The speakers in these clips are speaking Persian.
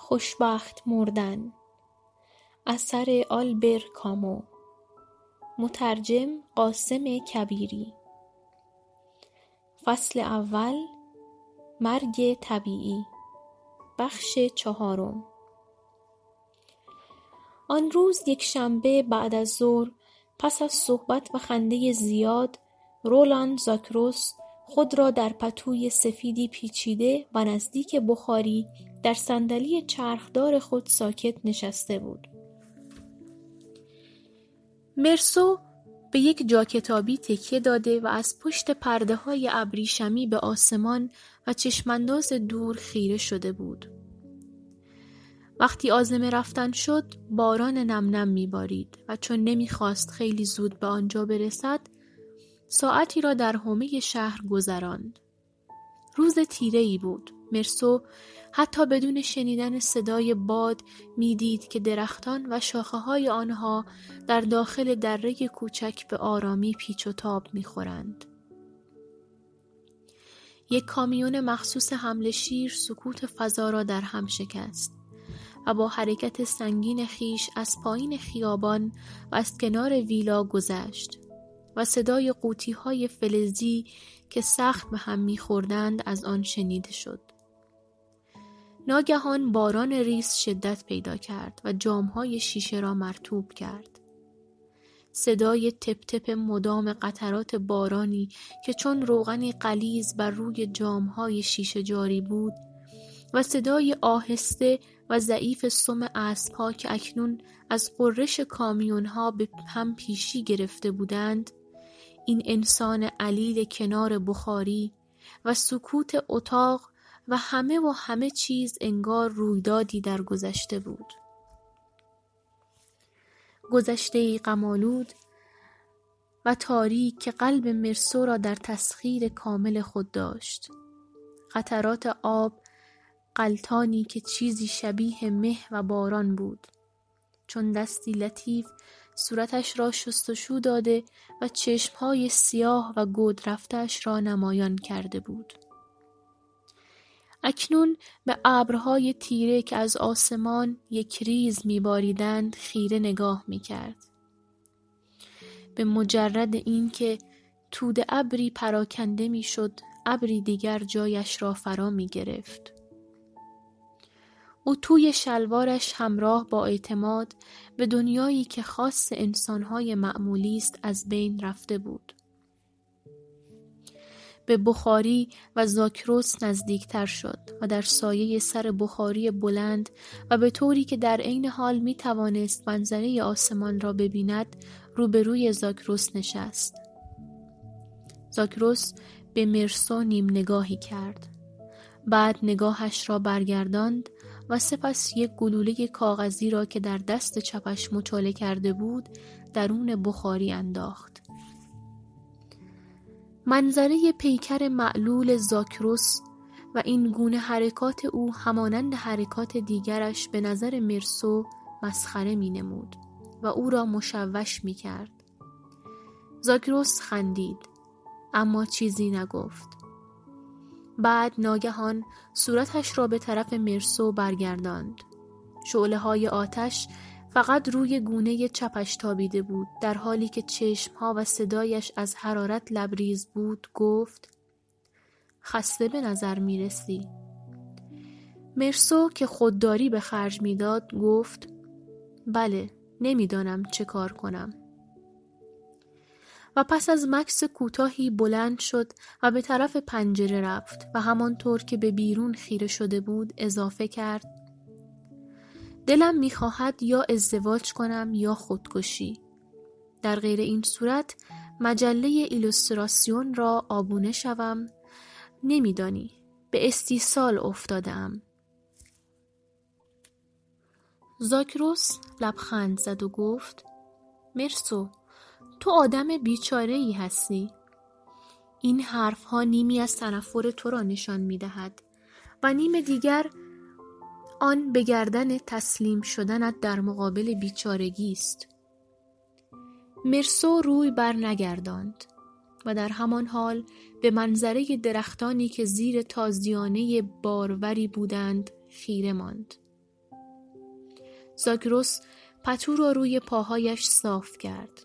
خوشبخت مردن. اثر آلبر کامو. مترجم قاسم کبیری. فصل اول. مرگ طبیعی. بخش 4. آن روز یکشنبه بعد از ظهر، پس از صحبت و خنده زیاد، رولاند زاکروس خود را در پتوی سفیدی پیچیده و نزدیک بخاری در صندلی چرخدار خود ساکت نشسته بود. مرسو به یک جاکتابی تکیه داده و از پشت پرده‌های ابریشمی به آسمان و چشمانداز دور خیره شده بود. وقتی عازم رفتن شد، باران نم نم می‌بارید و چون نمی‌خواست خیلی زود به آنجا برسد، ساعتی را در حومه شهر گذراند. روز تیره‌ای بود. مرسو حتی بدون شنیدن صدای باد می‌دید که درختان و شاخه‌های آنها در داخل دره کوچک به آرامی پیچ و تاب می‌خورند. یک کامیون مخصوص حمل شیر سکوت فضا را در هم شکست و با حرکت سنگین خیش از پایین خیابان و از کنار ویلا گذشت و صدای قوطی‌های فلزی که سخت به هم می‌خوردند از آن شنیده شد. ناگهان باران ریز شدت پیدا کرد و جام‌های شیشه را مرطوب کرد. صدای تپ تپ مدام قطرات بارانی که چون روغنی غلیظ بر روی جام‌های شیشه جاری بود و صدای آهسته و ضعیف سم اسب‌ها که اکنون از غرش کامیون‌ها به هم پیشی گرفته بودند، این انسان علیل کنار بخاری و سکوت اتاق و همه چیز انگار رویدادی در گذشته بود. گذشته‌ای غم‌آلود و تاریک که قلب مرسو را در تسخیر کامل خود داشت. قطرات آب، غلطانی که چیزی شبیه مه و باران بود. چون دستی لطیف صورتش را شستشو داده و چشمهای سیاه و گود رفته‌اش را نمایان کرده بود. اکنون به ابرهای تیره که از آسمان یک ریز می‌باریدند خیره نگاه می‌کرد. به مجرد این که توده ابری پراکنده می‌شد، ابری دیگر جایش را فرا می‌گرفت. اتوی شلوارش همراه با اعتماد به دنیایی که خاص انسان‌های معمولی است از بین رفته بود. به بخاری و زاکروس نزدیکتر شد و در سایه سر بخاری بلند و به طوری که در عین حال می توانست منظره آسمان را ببیند روبروی زاکروس نشست. زاکروس به مرسو نیم نگاهی کرد. بعد نگاهش را برگرداند و سپس یک گلوله کاغذی را که در دست چپش مچاله کرده بود درون بخاری انداخت. منظره پیکر معلول زاکروس و این گونه حرکات او همانند حرکات دیگرش به نظر مرسو مسخره می نمود و او را مشوش می کرد. زاکروس خندید اما چیزی نگفت. بعد ناگهان صورتش را به طرف مرسو برگرداند. شعله‌های آتش فقط روی گونه چپش تابیده بود. در حالی که چشمها و صدایش از حرارت لبریز بود گفت: خسته به نظر می رسی. مرسو که خودداری به خرج می داد گفت: بله، نمیدانم چه کار کنم. و پس از مکث کوتاهی بلند شد و به طرف پنجره رفت و همانطور که به بیرون خیره شده بود اضافه کرد: دلم می‌خواهد یا ازدواج کنم یا خودکشی. در غیر این صورت مجله ایلوستراسیون را آبونه شوم. نمیدانی، به استیصال افتادم. زاکروس لبخند زد و گفت: مرسو، تو آدم بیچاره‌ای هستی. این حرف‌ها نیمی از تنفر تو را نشان می‌دهد و نیم دیگر آن به گردن تسلیم شدنت در مقابل بیچارگی است. مرسو روی بر نگرداند و در همان حال به منظره درختانی که زیر تازیانه باروری بودند خیره ماند. زاگرس پتو را روی پاهایش صاف کرد.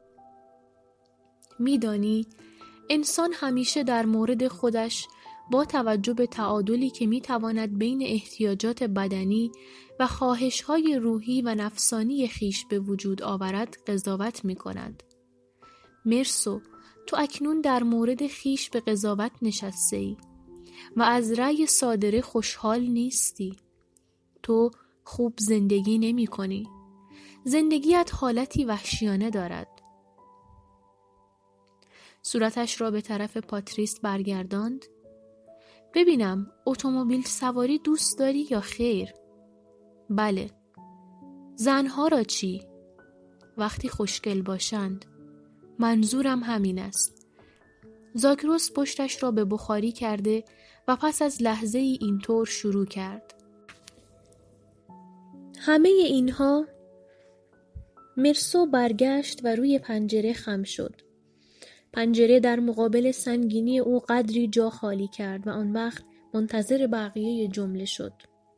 می‌دانی انسان همیشه در مورد خودش با توجه به تعادلی که می‌تواند بین احتیاجات بدنی و خواهش‌های روحی و نفسانی خیش به وجود آورد قضاوت می‌کند. مرسو، تو اکنون در مورد خیش به قضاوت نشسته‌ای و از رأی صادره خوشحال نیستی. تو خوب زندگی نمی‌کنی. زندگیت حالتی وحشیانه دارد. صورتش را به طرف پاتریس برگرداند. ببینم اتومبیل سواری دوست داری یا خیر؟ بله. زنها را چی؟ وقتی خوشگل باشند. منظورم همین است. زاگرس پشتش را به بخاری کرده و پس از لحظه ای اینطور شروع کرد. همه اینها. مرسو برگشت و روی پنجره خم شد. پنجره در مقابل سنگینی او قدری جا خالی کرد و آن وقت منتظر بقیه جمله شد.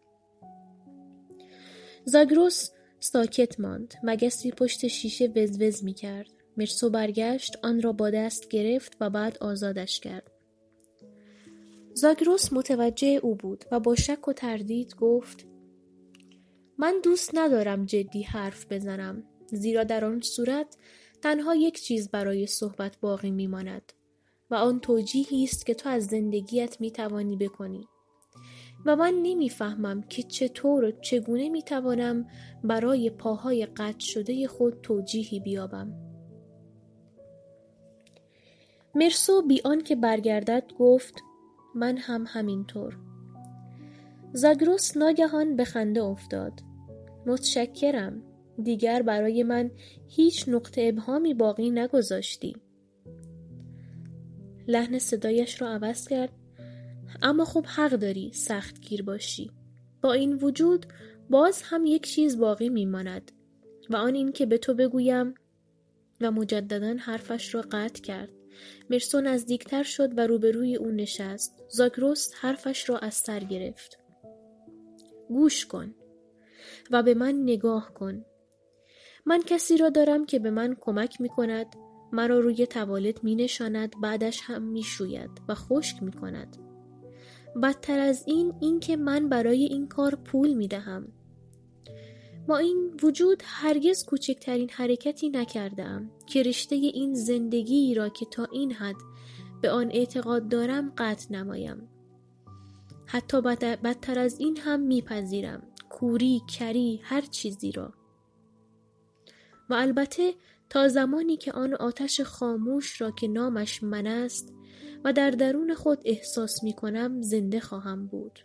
زاگرس ساکت ماند. مگسی پشت شیشه وزوز می کرد. مرسو برگشت، آن را با دست گرفت و بعد آزادش کرد. زاگرس متوجه او بود و با شک و تردید گفت: من دوست ندارم جدی حرف بزنم، زیرا در آن صورت تنها یک چیز برای صحبت باقی میماند و آن توجیهی است که تو از زندگیت میتوانی بکنی و من نمیفهمم که چطور و چگونه میتوانم برای پاهای قطع شده خود توجیهی بیابم. مرسو بی آن که برگردد گفت: من هم همینطور. زاگرس ناگهان به خنده افتاد. متشکرم. دیگر برای من هیچ نقطه ابهامی باقی نگذاشتی. لحن صدایش را عوض کرد. اما خب حق داری سختگیر باشی. با این وجود باز هم یک چیز باقی میماند و آن این که به تو بگویم. و مجددا حرفش را قطع کرد. مرسو نزدیکتر شد و روبروی او نشست. زاگرس حرفش را از سر گرفت. گوش کن و به من نگاه کن. من کسی را دارم که به من کمک می کند، مرا روی توالت می نشاند، بعدش هم می شوید و خشک می کند. بدتر از این که من برای این کار پول می دهم. با این وجود هرگز کوچکترین حرکتی نکردم که رشته این زندگی را که تا این حد به آن اعتقاد دارم قطع نمایم. حتی بدتر از این هم میپذیرم، کوری، کری، هر چیزی را. و البته تا زمانی که آن آتش خاموش را که نامش من است و در درون خود احساس میکنم زنده خواهم بود.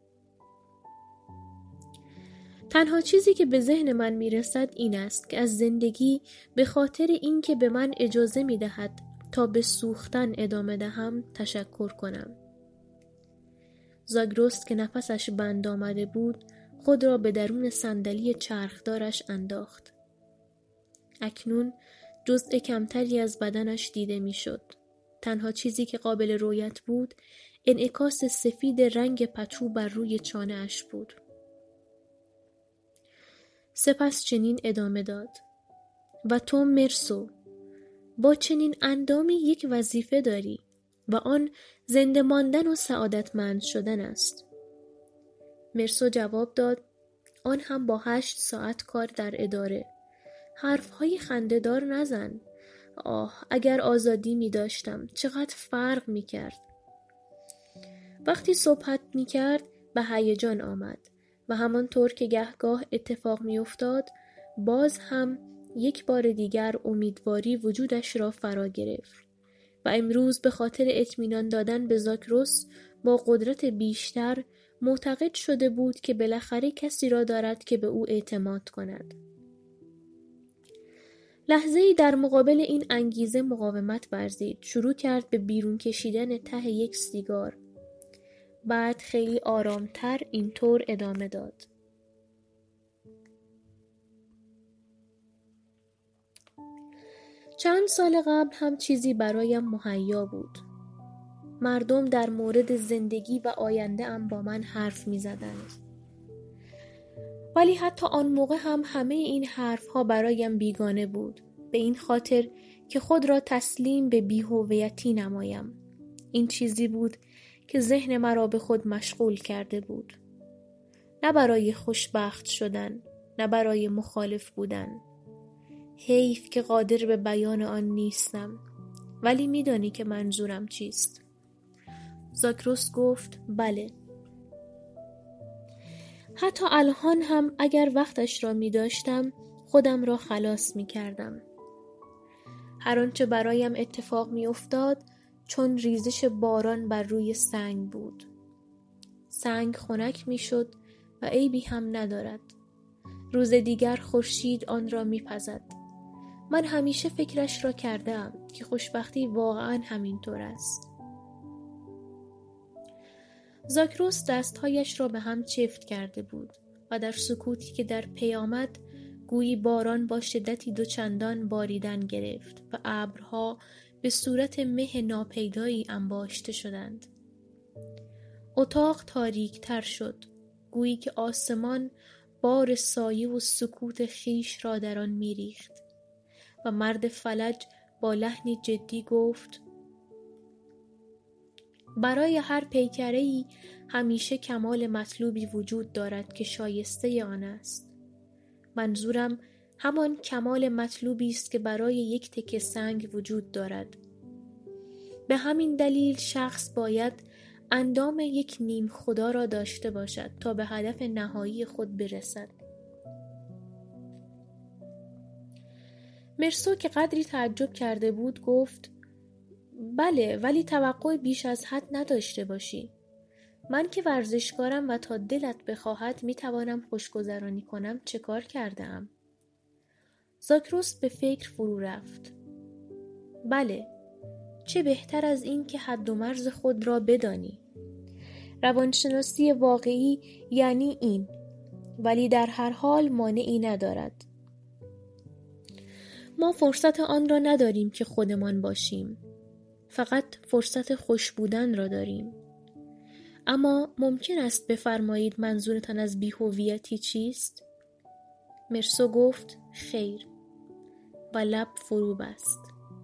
تنها چیزی که به ذهن من میرسد این است که از زندگی به خاطر این که به من اجازه میدهد تا به سوختن ادامه دهم تشکر کنم. زاگرس که نفسش بند آمده بود خود را به درون صندلی چرخدارش انداخت. اکنون جزء کمتری از بدنش دیده میشد. تنها چیزی که قابل رؤیت بود انعکاس سفید رنگ پتو بر روی چانه اش بود. سپس چنین ادامه داد: و تو مرسو با چنین اندامی یک وظیفه داری و آن زنده ماندن و سعادتمند شدن است. مرسو جواب داد: آن هم با 8 ساعت کار در اداره. حرفهای خنده‌دار نزن. آه اگر آزادی می داشتم چقدر فرق می کرد. وقتی صحبت می کرد به هیجان آمد و همانطور که گهگاه اتفاق می افتاد باز هم یک بار دیگر امیدواری وجودش را فرا گرفت و امروز به خاطر اطمینان دادن به زاگرس با قدرت بیشتر معتقد شده بود که بالاخره کسی را دارد که به او اعتماد کند. لحظه‌ای در مقابل این انگیزه مقاومت ورزید. شروع کرد به بیرون کشیدن ته یک سیگار. بعد خیلی آرامتر اینطور ادامه داد: چند سال قبل هم چیزی برایم مهیا بود. مردم در مورد زندگی و آینده ام با من حرف می زدند. ولی حتی آن موقع هم همه این حرفها برایم بیگانه بود، به این خاطر که خود را تسلیم به بی‌هویتی نمایم. این چیزی بود که ذهن مرا به خود مشغول کرده بود. نه برای خوشبخت شدن، نه برای مخالف بودن. حیف که قادر به بیان آن نیستم، ولی میدانی که منظورم چیست. زاکروس گفت بله. حتی الان هم اگر وقتش را می داشتم خودم را خلاص می کردم. هر آنچه برایم اتفاق می افتاد چون ریزش باران بر روی سنگ بود. سنگ خنک می شد و عیبی هم ندارد. روز دیگر خورشید آن را می پزد. من همیشه فکرش را کردم که خوشبختی واقعا همینطور است. زاکروس دستهایش را به هم چفت کرده بود و در سکوتی که در پی آمد گویی باران با شدتی دوچندان باریدن گرفت و ابرها به صورت مه ناپیدایی انباشته شدند. اتاق تاریک تر شد، گویی که آسمان بار سایه و سکوت خیش را در آن می‌ریخت و مرد فلج با لحنی جدی گفت: برای هر پیکره‌ای همیشه کمال مطلوبی وجود دارد که شایسته آن است. منظورم همان کمال مطلوبی است که برای یک تکه سنگ وجود دارد. به همین دلیل شخص باید اندام یک نیم خدا را داشته باشد تا به هدف نهایی خود برسد. مرسو که قدری تعجب کرده بود گفت: بله، ولی توقع بیش از حد نداشته باشی. من که ورزشکارم و تا دلت بخواهد میتوانم خوشگذرانی کنم چه کار کردم؟ زاکروس به فکر فرو رفت. بله، چه بهتر از این که حد و مرز خود را بدانی. روانشناسی واقعی یعنی این، ولی در هر حال مانعی ندارد. ما فرصت آن را نداریم که خودمان باشیم. فقط فرصت خوش بودن را داریم. اما ممکن است بفرمایید منظورتان از بی‌هویتی چیست؟ مرسو گفت خیر و لب فرو بست.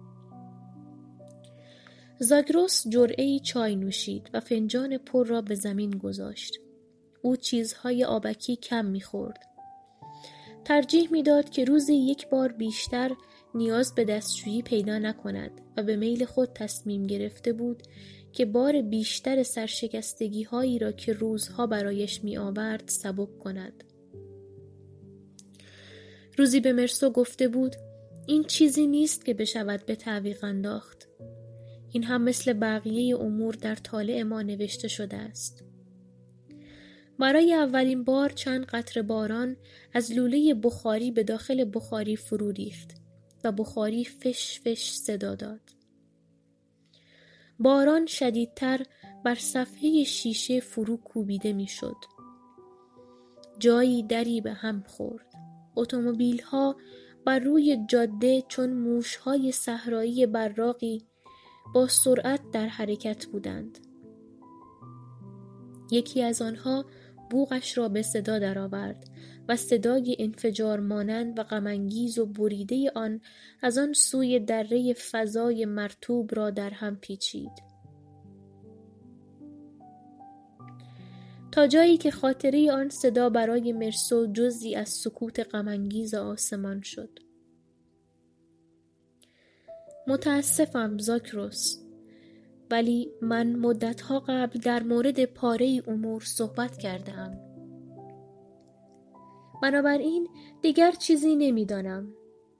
زاکروس جرعه‌ای چای نوشید و فنجان پر را به زمین گذاشت. او چیزهای آبکی کم می‌خورد. ترجیح می‌داد که روزی یک بار بیشتر نیاز به دستشویی پیدا نکند و به میل خود تصمیم گرفته بود که بار بیشتر سرشکستگی‌هایی را که روزها برایش می‌آورد سبک کند. روزی به مرسو گفته بود: این چیزی نیست که بشود به تعویق انداخت. این هم مثل بقیه امور در طالع ما نوشته شده است. برای اولین بار چند قطره باران از لوله بخاری به داخل بخاری فرو ریخت و بخاری فش فش صدا داد. باران شدیدتر بر صفحه شیشه فرو کوبیده می شد. جایی دری به هم خورد. اتومبیل‌ها بر روی جاده چون موش‌های صحرایی براقی با سرعت در حرکت بودند. یکی از آنها بوقش را به صدا درآورد و صدای انفجار مانند و غم‌انگیز و بریده آن از آن سوی دره فضای مرطوب را در هم پیچید. تا جایی که خاطره آن صدا برای مرسو جزئی از سکوت غم‌انگیز آسمان شد. متاسفم زاکروس، ولی من مدتها قبل در مورد پاره امور صحبت کردم. بنابراین دیگر چیزی نمیدانم.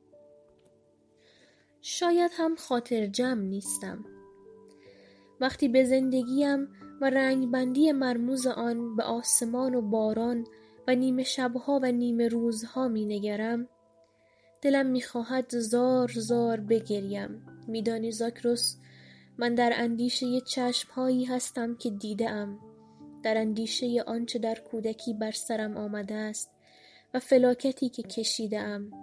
شاید هم خاطر جمع نیستم. وقتی به زندگیم و رنگبندی مرموز آن به آسمان و باران و نیمه شبها و نیمه روزها می نگرم، دلم می خواهد زار زار بگریم. میدانی زاکروس، من در اندیشه چشمهایی هستم که دیدم، در اندیشه آنچه در کودکی بر سرم آمده است و فلاکتی که کشیدم،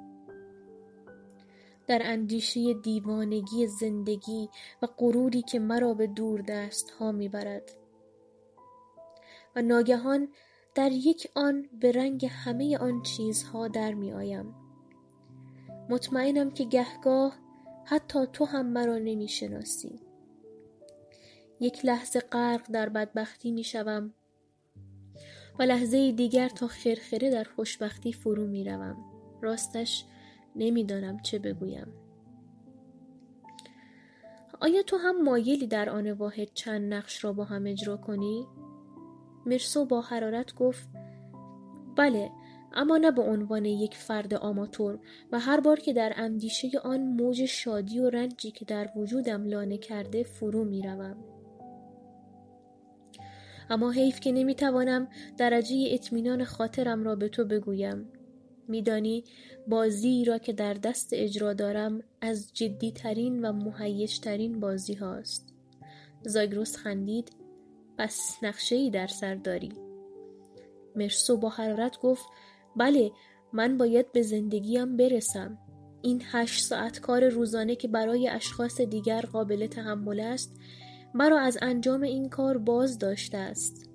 در اندیشه دیوانگی زندگی و غروری که مرا به دور دست ها میبرد. و ناگهان در یک آن به رنگ همه آن چیزها در می آیم. مطمئنم که گهگاه حتی تو هم مرا نمی شناسی. یک لحظه غرق در بدبختی می شوم و لحظه دیگر تا خرخره در خوشبختی فرو می روم. راستش نمی دانم چه بگویم. آیا تو هم مایلی در آن واحد چند نقش را با هم اجرا کنی؟ مرسو با حرارت گفت بله، اما نه به عنوان یک فرد آماتور و هر بار که در اندیشه آن موج شادی و رنجی که در وجودم لانه کرده فرو می روم. اما حیف که نمی توانم درجه اطمینان خاطرم را به تو بگویم. میدانی بازی را که در دست اجرا دارم از جدی ترین و مهیج ترین بازی هاست. زاگرس خندید. پس نقشه‌ای در سر داری؟ مرسو با حرارت گفت بله، من باید به زندگیم برسم. این 8 ساعت کار روزانه که برای اشخاص دیگر قابل تحمل است مرا از انجام این کار باز داشته است.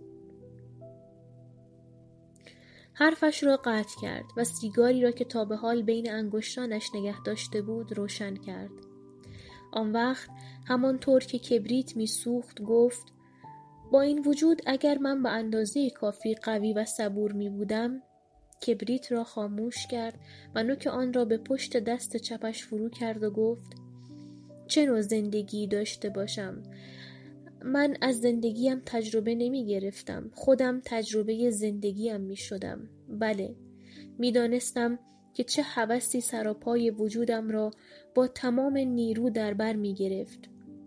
حرفش را قطع کرد و سیگاری را که تا به حال بین انگشتانش نگه داشته بود روشن کرد. آن وقت همانطور که کبریت می سوخت گفت با این وجود اگر من به اندازه کافی قوی و صبور می بودم. کبریت را خاموش کرد و نوک آن را به پشت دست چپش فرو کرد و گفت چه نوع زندگی داشته باشم؟ من از زندگیم تجربه نمی گرفتم. خودم تجربه زندگیم می شدم. بله، می دانستم که چه هوسی سراپای وجودم را با تمام نیرو در بر می گرفت.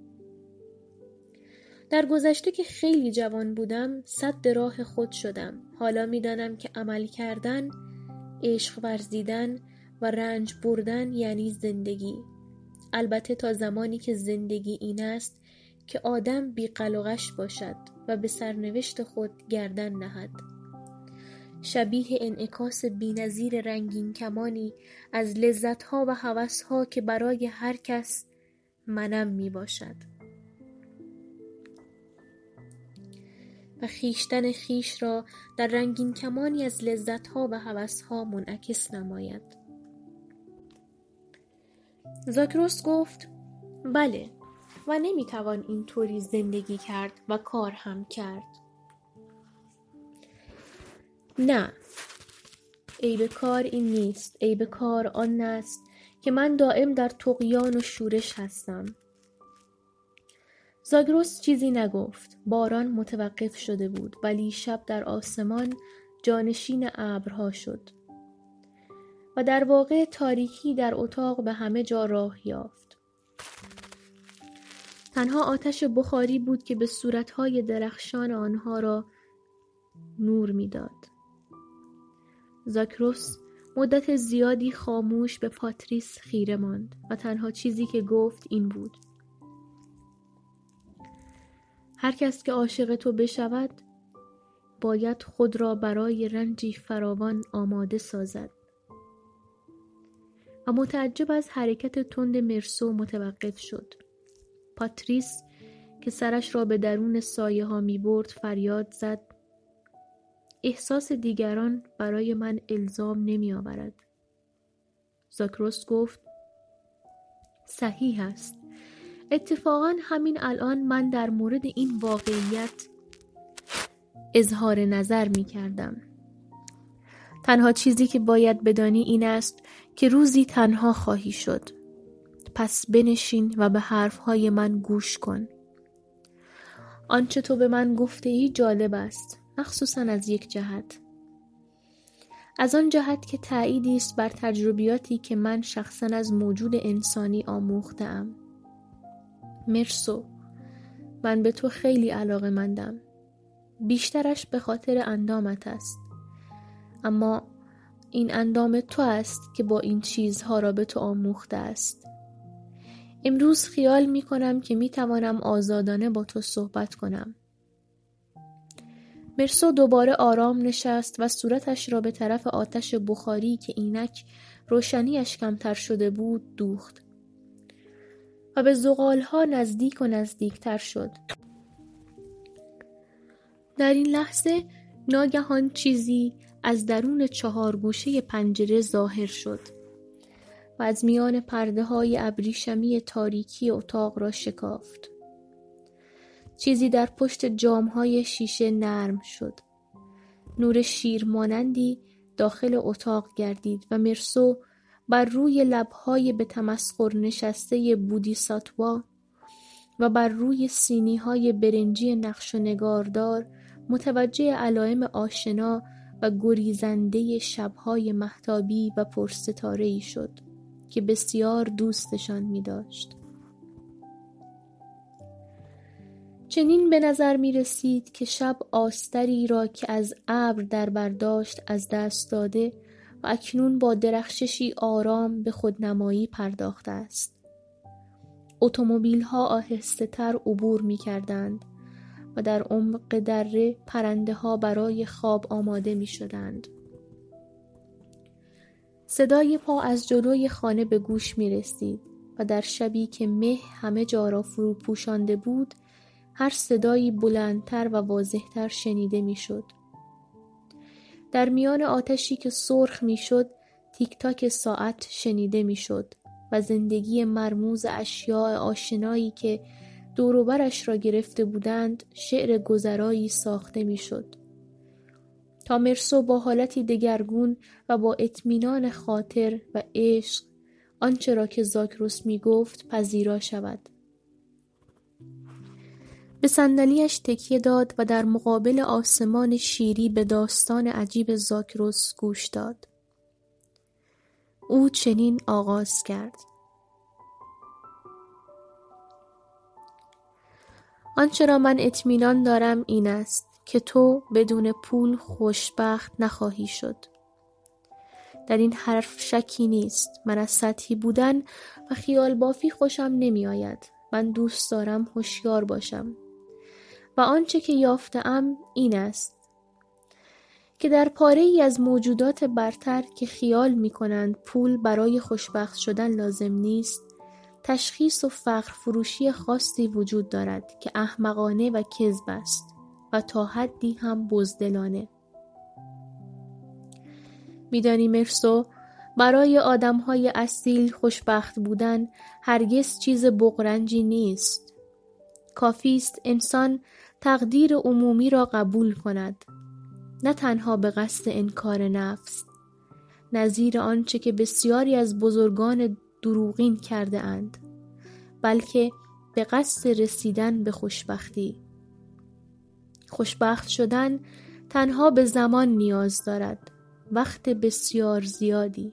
در گذشته که خیلی جوان بودم سد راه خود شدم. حالا می دانم که عمل کردن، عشق ورزیدن و رنج بردن یعنی زندگی. البته تا زمانی که زندگی این است که آدم بی قلقش باشد و به سرنوشت خود گردن نهد. شبیه انعکاس بی‌نظیر رنگین کمانی از لذت‌ها و هوس‌ها که برای هر کس منم می باشد و خیشتن خیش را در رنگین کمانی از لذت‌ها و هوس‌ها منعکس نماید. زاکروس گفت بله، و نمیتوان اینطوری زندگی کرد و کار هم کرد. نه، عیب کار این نیست. عیب کار آن است که من دائم در طغیان و شورش هستم. زاگرس چیزی نگفت. باران متوقف شده بود ولی شب در آسمان جانشین ابرها شد و در واقع تاریکی در اتاق به همه جا راه یافت. تنها آتش بخاری بود که به صورتهای درخشان آنها را نور می‌داد. زاکروس مدت زیادی خاموش به پاتریس خیره ماند و تنها چیزی که گفت این بود: هر کس که عاشق تو بشود باید خود را برای رنجی فراوان آماده سازد. و متعجب از حرکت تند مرسو متوقف شد. پاتریس که سرش را به درون سایه ها می برد فریاد زد: احساس دیگران برای من الزام نمی آورد. زاکروس گفت: صحیح است. اتفاقا همین الان من در مورد این واقعیت اظهار نظر می کردم. تنها چیزی که باید بدانی این است که روزی تنها خواهی شد. پس بنشین و به حرفهای من گوش کن. آنچه تو به من گفته ای جالب است، مخصوصا از یک جهت. از آن جهت که تأییدی است بر تجربیاتی که من شخصا از موجود انسانی آموخته‌ام. مرسو، من به تو خیلی علاقه‌مندم. بیشترش به خاطر اندامت است. اما این اندام تو است که با این چیزها را به تو آموخته است. امروز خیال می کنم که می توانم آزادانه با تو صحبت کنم. مرسو دوباره آرام نشست و صورتش را به طرف آتش بخاری که اینک روشنیش کمتر شده بود دوخت و به زغالها نزدیک و نزدیکتر شد. در این لحظه ناگهان چیزی از درون 4 گوشه پنجره ظاهر شد و از میان پرده‌های ابریشمی تاریکی اتاق را شکافت. چیزی در پشت جام‌های شیشه نرم شد. نور شیرمانندی داخل اتاق گردید و مرسو بر روی لب‌های به تمسخر نشسته بودیساتوا و بر روی سینی‌های برنجی نقش و نگاردار متوجه علائم آشنا و گریزنده شب‌های مهتابی و پرستاره‌ای شد که بسیار دوستشان می‌داشت. چنین به نظر می رسید که شب آستری را که از ابر در برداشت از دست داده و اکنون با درخششی آرام به خودنمایی پرداخته است. اتومبیل ها آهسته تر عبور می کردند و در عمق دره پرنده ها برای خواب آماده می شدند. صدای پا از جلوی خانه به گوش می رسید و در شبی که مه همه جا را فرو پوشانده بود هر صدایی بلندتر و واضحتر شنیده می شد. در میان آتشی که سرخ می شد تیک تاک ساعت شنیده می شد و زندگی مرموز اشیاء آشنایی که دوروبرش را گرفته بودند شعر گذرایی ساخته می شد. تا مرسو با حالتی دگرگون و با اطمینان خاطر و عشق آنچه را که زاکروس می گفت پذیرا شود. به صندلی‌اش تکیه داد و در مقابل آسمان شیری به داستان عجیب زاکروس گوش داد. او چنین آغاز کرد: آنچه را من اطمینان دارم این است که تو بدون پول خوشبخت نخواهی شد. در این حرف شکی نیست. من از سطحی بودن و خیال بافی خوشم نمی آید. من دوست دارم هوشیار باشم. و آنچه که یافته‌ام این است که در پاره‌ای از موجودات برتر که خیال می‌کنند پول برای خوشبخت شدن لازم نیست، تشخیص و فقر فروشی خاصی وجود دارد که احمقانه و کذب است و تا حدی هم بزدلانه. می‌دانی مرسو، برای آدم‌های اصیل خوشبخت بودن هرگز چیز بغرنجی نیست. کافی است انسان تقدیر عمومی را قبول کند، نه تنها به قصد انکار نفس، نظیر آنچه که بسیاری از بزرگان دروغین کرده اند، بلکه به قصد رسیدن به خوشبختی. خوشبخت شدن تنها به زمان نیاز دارد، وقت بسیار زیادی.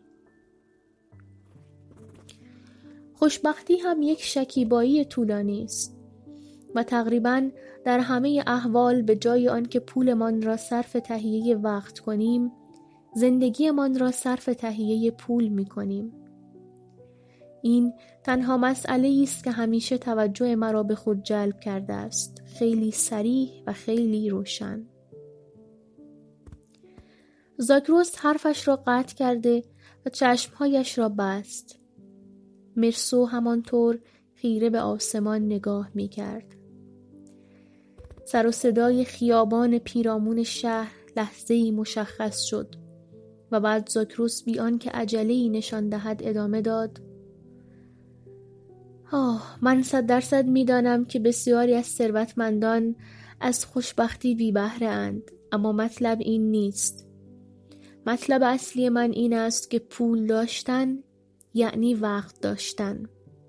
خوشبختی هم یک شکیبایی طولانی است و تقریباً در همه احوال به جای آنکه پولمان را صرف تهیه وقت کنیم، زندگیمان را صرف تهیه پول می کنیم. این تنها مسئله است که همیشه توجه مرا به خود جلب کرده است، خیلی صریح و خیلی روشن. زاکروس حرفش را قطع کرده و چشمهایش را بست. مرسو همانطور خیره به آسمان نگاه می کرد. سر و صدای خیابان پیرامون شهر لحظه‌ای مشخص شد و بعد زاکروس بی آنکه عجله‌ای نشان دهد ادامه داد: من 100% می‌دانم که بسیاری از ثروتمندان از خوشبختی بی بهره اند، اما مطلب این نیست. مطلب اصلی من این است که پول داشتن یعنی وقت داشتن.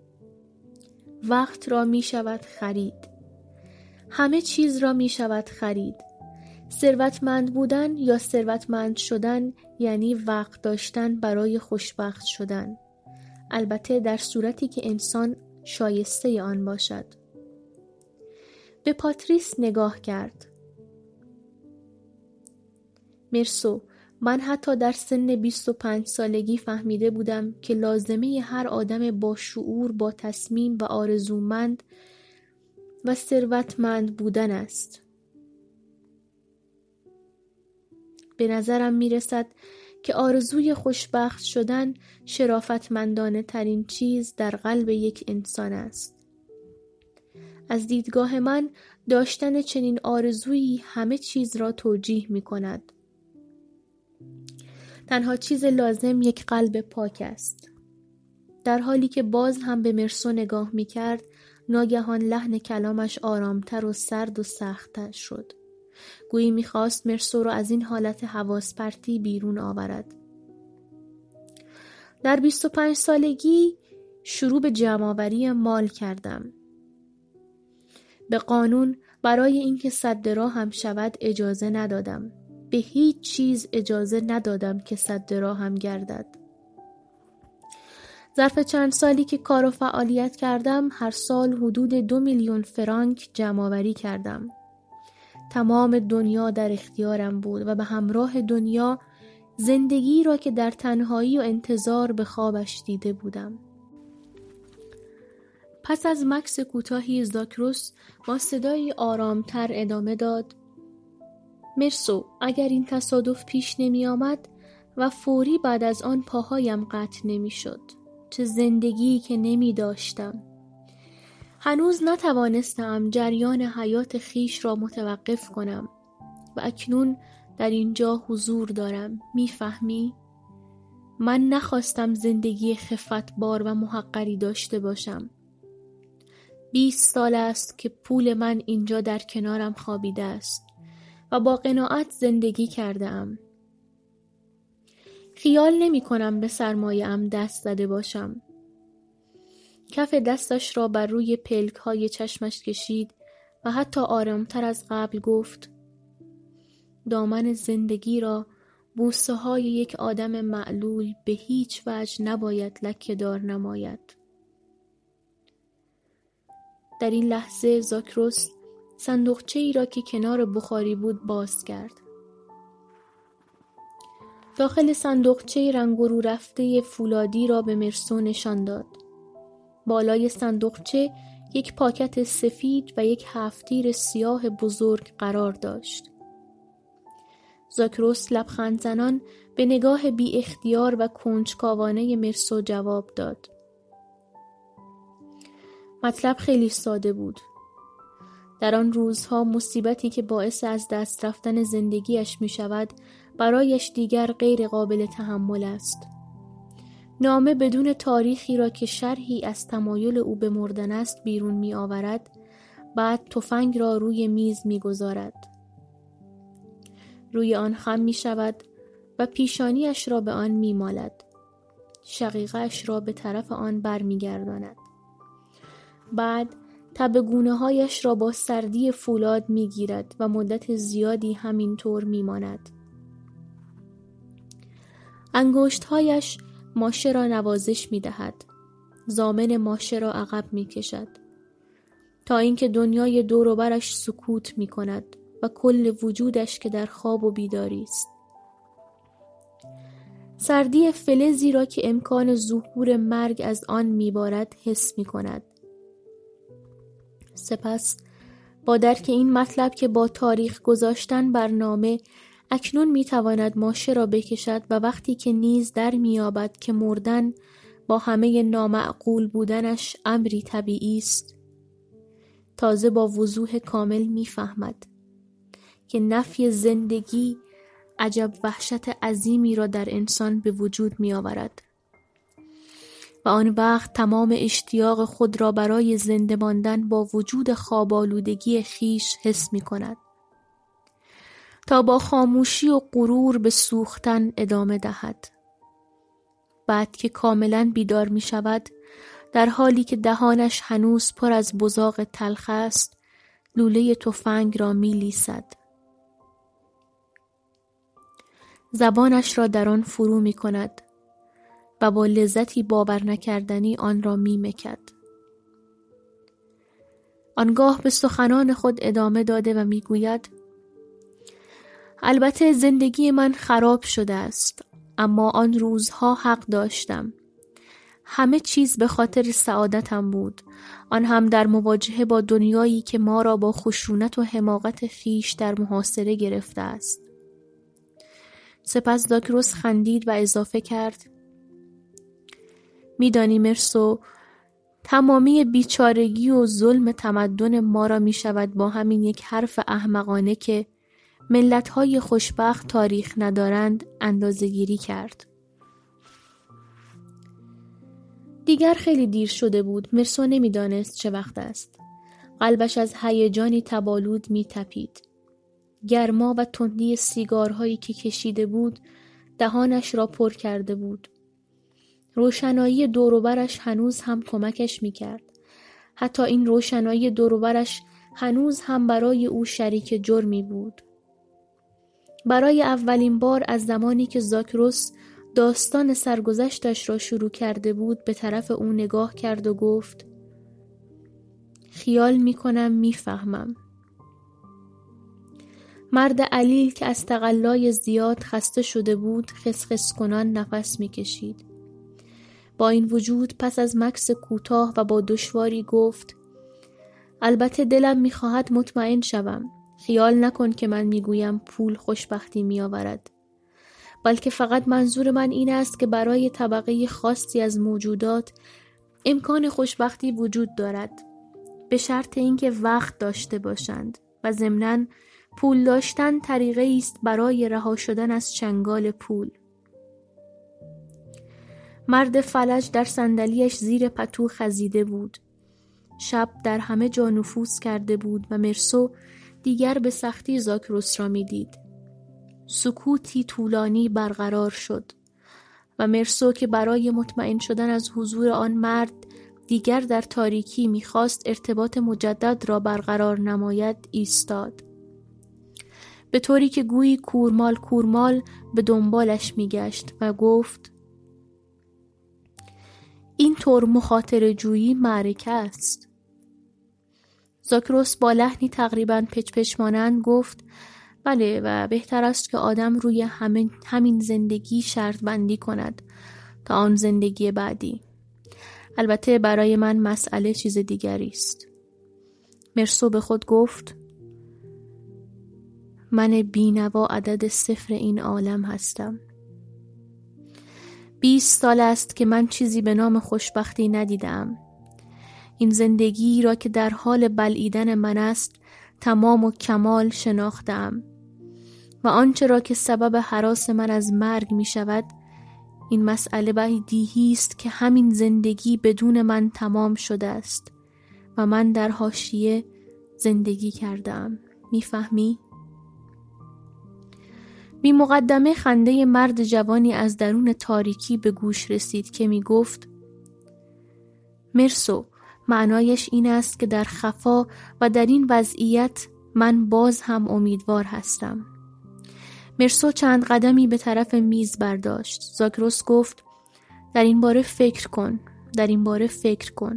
وقت را می شود خرید. همه چیز را می شود خرید. ثروتمند بودن یا ثروتمند شدن یعنی وقت داشتن برای خوشبخت شدن. البته در صورتی که انسان شایسته آن باشد. به پاتریس نگاه کرد. مرسو، من حتی در سن 25 سالگی فهمیده بودم که لازمه هر آدم با شعور، با تصمیم و آرزومند و ثروتمند بودن است. به نظرم میرسد که آرزوی خوشبخت شدن شرافتمندانه ترین چیز در قلب یک انسان است. از دیدگاه من داشتن چنین آرزویی همه چیز را توجیه می کند. تنها چیز لازم یک قلب پاک است. در حالی که باز هم به مرسو نگاه می کرد، ناگهان لحن کلامش آرامتر و سرد و سخت‌تر شد. گویی می خواست مرسو را از این حالت حواس پرتی بیرون آورد. در 25 سالگی شروع به جمع‌آوری مال کردم. به قانون برای اینکه سد راهم شود اجازه ندادم. به هیچ چیز اجازه ندادم که سد راهم گردد. ظرف چند سالی که کار و فعالیت کردم هر سال حدود 2 میلیون فرانک جمع‌آوری کردم. تمام دنیا در اختیارم بود و به همراه دنیا زندگی را که در تنهایی و انتظار به خوابش دیده بودم. پس از مکث کوتاهی زاکروس با صدایی آرامتر ادامه داد: مرسو، اگر این تصادف پیش نمی آمد و فوری بعد از آن پاهایم قطع نمی شد، چه زندگی که نمی داشتم. هنوز نتوانستم جریان حیات خیش را متوقف کنم و اکنون در اینجا حضور دارم. میفهمی؟ من نخواستم زندگی خفتبار و محقری داشته باشم. 20 سال است که پول من اینجا در کنارم خوابیده است و با قناعت زندگی کرده ام. خیال نمی کنم به سرمایه‌ام دست زده باشم. کف دستش را بر روی پلک‌های چشمش کشید و حتی آرامتر از قبل گفت: دامن زندگی را بوسه‌های یک آدم معلول به هیچ وجه نباید لکه‌دار نماید. در این لحظه زاکروس صندوقچه‌ای را که کنار بخاری بود باز کرد. داخل صندوقچه رنگ و رو رفته فولادی را به مرسو نشان داد. بالای صندوقچه یک پاکت سفید و یک هفت‌تیر سیاه بزرگ قرار داشت. زاکروس لبخند زنان به نگاه بی اختیار و کنجکاوانه مرسو جواب داد: مطلب خیلی ساده بود. در آن روزها مصیبتی که باعث از دست رفتن زندگیش می شود برایش دیگر غیر قابل تحمل است. نامه بدون تاریخی را که شرحی از تمایل او به مردن است بیرون می آورد، بعد تفنگ را روی میز می گذارد. روی آن خم می شود و پیشانیش را به آن می مالد. شقیقه‌اش را به طرف آن بر می گرداند. بعد تب گونه‌هایش را با سردی فولاد می گیرد و مدت زیادی همینطور می ماند. انگشت‌هایش ماشه را نوازش می دهد. ضامن ماشه را عقب می کشد تا اینکه دنیای دور و برش سکوت می کند و کل وجودش که در خواب و بیداری است. سردی فلزی را که امکان ظهور مرگ از آن می بارد حس می کند. سپس با درک این مطلب که با تاریخ گذاشتن بر نامه اکنون می تواند ماشه را بکشد و وقتی که نیز در می یابد که مردن با همه نامعقول بودنش امری طبیعی است، تازه با وضوح کامل می فهمد که نفی زندگی عجب وحشت عظیمی را در انسان به وجود می آورد و آن وقت تمام اشتیاق خود را برای زنده ماندن با وجود خواب‌آلودگی خیش حس می کند تا با خاموشی و غرور به سوختن ادامه دهد. بعد که کاملا بیدار می شود، در حالی که دهانش هنوز پر از بزاق تلخ است، لوله تفنگ را می لیسد. زبانش را در آن فرو می کند و با لذتی باور نکردنی آن را می مکد. آنگاه به سخنان خود ادامه داده و می گوید: البته زندگی من خراب شده است، اما آن روزها حق داشتم. همه چیز به خاطر سعادتم بود، آن هم در مواجهه با دنیایی که ما را با خشونت و حماقت خیش در محاصره گرفته است. سپس زاکروس خندید و اضافه کرد: میدانی مرسو، تمامی بیچارگی و ظلم تمدن ما را می شود با همین یک حرف احمقانه که ملت‌های خوشبخت تاریخ ندارند اندازه‌گیری کرد. دیگر خیلی دیر شده بود. مرسو نمی‌دانست چه وقت است. قلبش از هیجانی تبالود می‌تپید. گرما و تندی سیگارهایی که کشیده بود دهانش را پر کرده بود. روشنایی دور و برش هنوز هم کمکش می‌کرد. حتی این روشنایی دور و برش هنوز هم برای او شریک جرمی بود. برای اولین بار از زمانی که زاکروس داستان سرگذشتش را شروع کرده بود به طرف او نگاه کرد و گفت: خیال می‌کنم می‌فهمم. مرد علیل که از تقلای زیاد خسته شده بود خسخس کنان نفس می‌کشید. با این وجود پس از مکث کوتاه و با دشواری گفت: البته دلم می‌خواهد مطمئن شوم. خیال نکن که من می‌گویم پول خوشبختی می‌آورد. بلکه فقط منظور من این است که برای طبقه خاصی از موجودات امکان خوشبختی وجود دارد، به شرط اینکه وقت داشته باشند و ضمناً پول داشتن طریقه است برای رها شدن از چنگال پول. مرد فلج در صندلی‌اش زیر پتو خزیده بود. شب در همه جا نفوذ کرده بود و مرسو دیگر به سختی زاکروس را می‌دید. سکوتی طولانی برقرار شد و مرسو که برای مطمئن شدن از حضور آن مرد دیگر در تاریکی می‌خواست ارتباط مجدد را برقرار نماید ایستاد. به طوری که گویی کورمال کورمال به دنبالش می‌گشت و گفت: این طور مخاطره جویی معرکه است. زاکروس با لحنی تقریباً پچ مانند گفت: بله، و بهتر است که آدم روی همین زندگی شرط بندی کند تا آن زندگی بعدی. البته برای من مسئله چیز دیگری است. مرسو به خود گفت: من بی‌نوا عدد صفر این عالم هستم. 20 سال است که من چیزی به نام خوشبختی ندیدم. این زندگی را که در حال بلعیدن من است تمام و کمال شناختم و آنچه را که سبب هراس من از مرگ می شود این مسئله بدیهی است که همین زندگی بدون من تمام شده است و من در حاشیه زندگی کردم. میفهمی؟ بی مقدمه خنده مرد جوانی از درون تاریکی به گوش رسید که می گفت: مرسو، معنایش این است که در خفا و در این وضعیت من باز هم امیدوار هستم. مرسو چند قدمی به طرف میز برداشت. زاکروس گفت: در این باره فکر کن، در این باره فکر کن.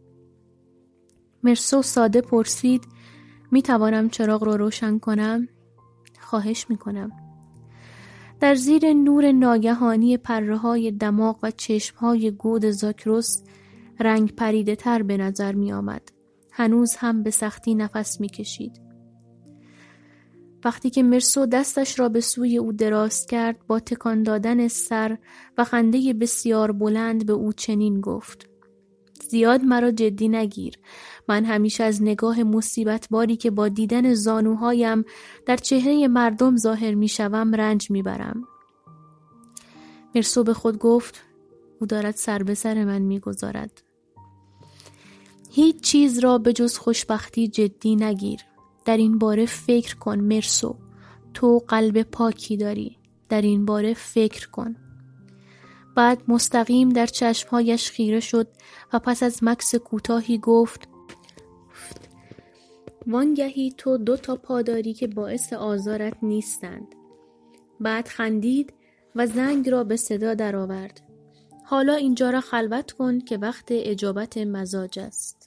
مرسو ساده پرسید: می توانم چراغ را روشن کنم؟ خواهش می کنم. در زیر نور ناگهانی پره‌های دماغ و چشم‌های گود زاکروس رنگ پریده تر به نظر می آمد. هنوز هم به سختی نفس می کشید. وقتی که مرسو دستش را به سوی او دراز کرد با تکان دادن سر و خنده بسیار بلند به او چنین گفت: زیاد مرا جدی نگیر. من همیشه از نگاه مصیبت باری که با دیدن زانوهایم در چهره مردم ظاهر می شوم رنج می برم. مرسو به خود گفت: او دارد سر به سر من می گذارد. هیچ چیز را به جز خوشبختی جدی نگیر. در این باره فکر کن مرسو. تو قلب پاکی داری. در این باره فکر کن. بعد مستقیم در چشمهایش خیره شد و پس از مکث کوتاهی گفت: وانگهی تو 2 پا داری که باعث آزارت نیستند. بعد خندید و زنگ را به صدا درآورد. حالا اینجا را خلوت کن که وقت اجابت مزاج است.